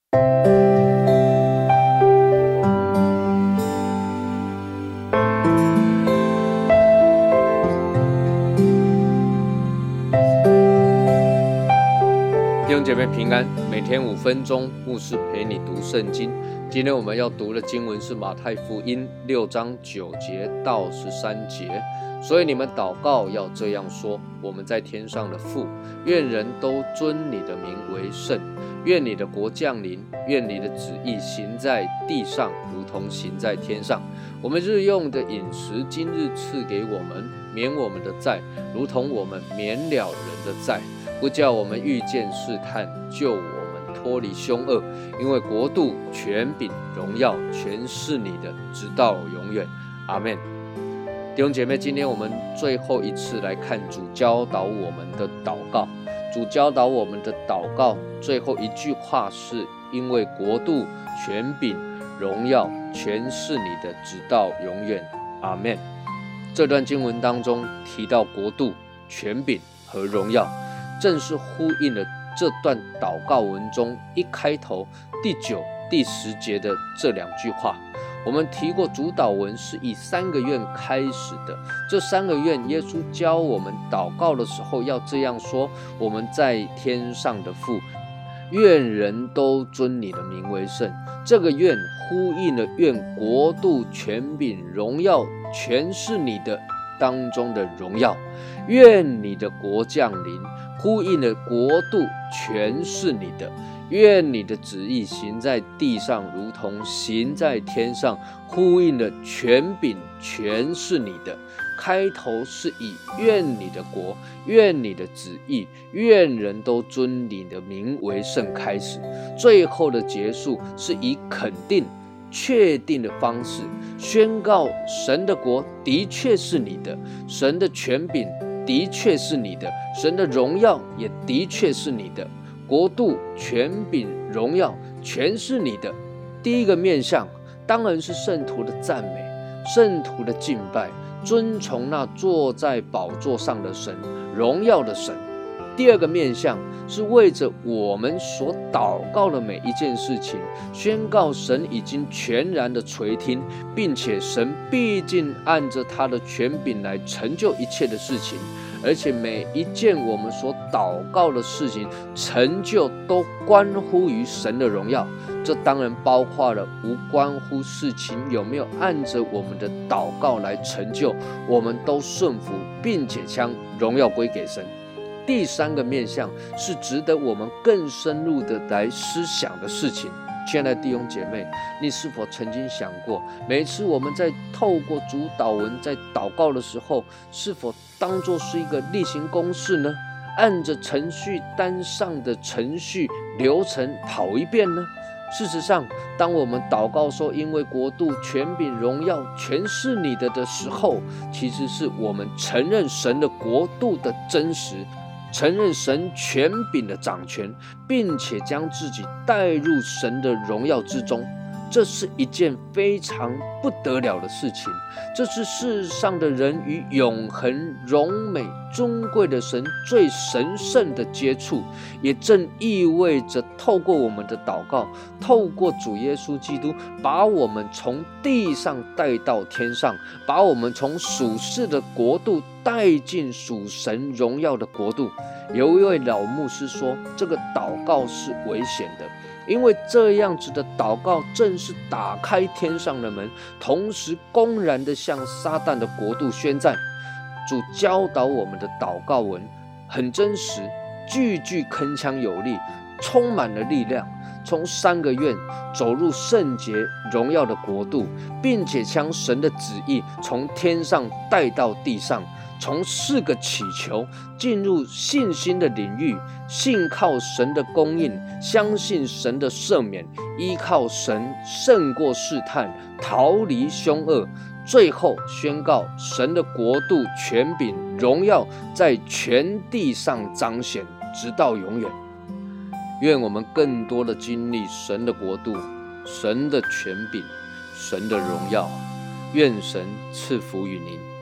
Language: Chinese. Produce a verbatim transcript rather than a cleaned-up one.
弟兄姐妹平安，每天五分钟，牧师陪你读圣经。今天我们要读的经文是马太福音六章九节到十三节。所以你们祷告要这样说：我们在天上的父，愿人都尊你的名为圣，愿你的国降临，愿你的旨意行在地上，如同行在天上。我们日用的饮食，今日赐给我们，免我们的债，如同我们免了人的债。不叫我们遇见试探，救我们脱离凶恶。因为国度、权柄、荣耀，全是你的，直到永远。阿们。弟兄姐妹，今天我们最后一次来看主教导我们的祷告。主教导我们的祷告最后一句话是：因为国度、权柄、荣耀，全是你的，直到永远。阿们。这段经文当中提到国度、权柄和荣耀，正是呼应了这段祷告文中一开头第九、第十节的这两句话。我们提过，主祷文是以三个愿开始的。这三个愿，耶稣教我们祷告的时候要这样说：我们在天上的父，愿人都尊你的名为圣。这个愿呼应了愿国度、权柄、荣耀全是你的当中的荣耀。愿你的国降临，呼应了国度全是你的。愿你的旨意行在地上，如同行在天上，呼应了权柄全是你的。开头是以愿你的国、愿你的旨意、愿人都尊你的名为圣开始，最后的结束是以肯定、确定的方式宣告神的国的确是你的，神的权柄的确是你的，神的荣耀也的确是你的，国度、权柄、荣耀全是你的。第一个面向当然是圣徒的赞美，圣徒的敬拜，尊崇那坐在宝座上的神，荣耀的神。第二个面向是为着我们所祷告的每一件事情，宣告神已经全然的垂听，并且神必定按着他的权柄来成就一切的事情，而且每一件我们所祷告的事情成就都关乎于神的荣耀。这当然包括了无关乎事情有没有按着我们的祷告来成就，我们都顺服，并且将荣耀归给神。第三个面向是值得我们更深入的来思想的事情。亲爱的弟兄姐妹，你是否曾经想过，每一次我们在透过主祷文在祷告的时候，是否当作是一个例行公事呢？按着程序单上的程序流程跑一遍呢？事实上，当我们祷告说因为国度、权柄、荣耀全是你的的时候，其实是我们承认神的国度的真实，承认神权柄的掌权，并且将自己带入神的荣耀之中。这是一件非常不得了的事情，这是世上的人与永恒、荣美、尊贵的神最神圣的接触，也正意味着透过我们的祷告，透过主耶稣基督，把我们从地上带到天上，把我们从属世的国度带进属神荣耀的国度。有一位老牧师说，这个祷告是危险的，因为这样子的祷告正是打开天上的门，同时公然的向撒旦的国度宣战。主教导我们的祷告文很真实，句句铿锵有力，充满了力量，从三个愿走入圣洁荣耀的国度，并且将神的旨意从天上带到地上，从四个祈求进入信心的领域，信靠神的供应，相信神的赦免，依靠神胜过试探，逃离凶恶，最后宣告神的国度、权柄、荣耀在全地上彰显，直到永远。愿我们更多的经历神的国度、神的权柄、神的荣耀。愿神赐福于您。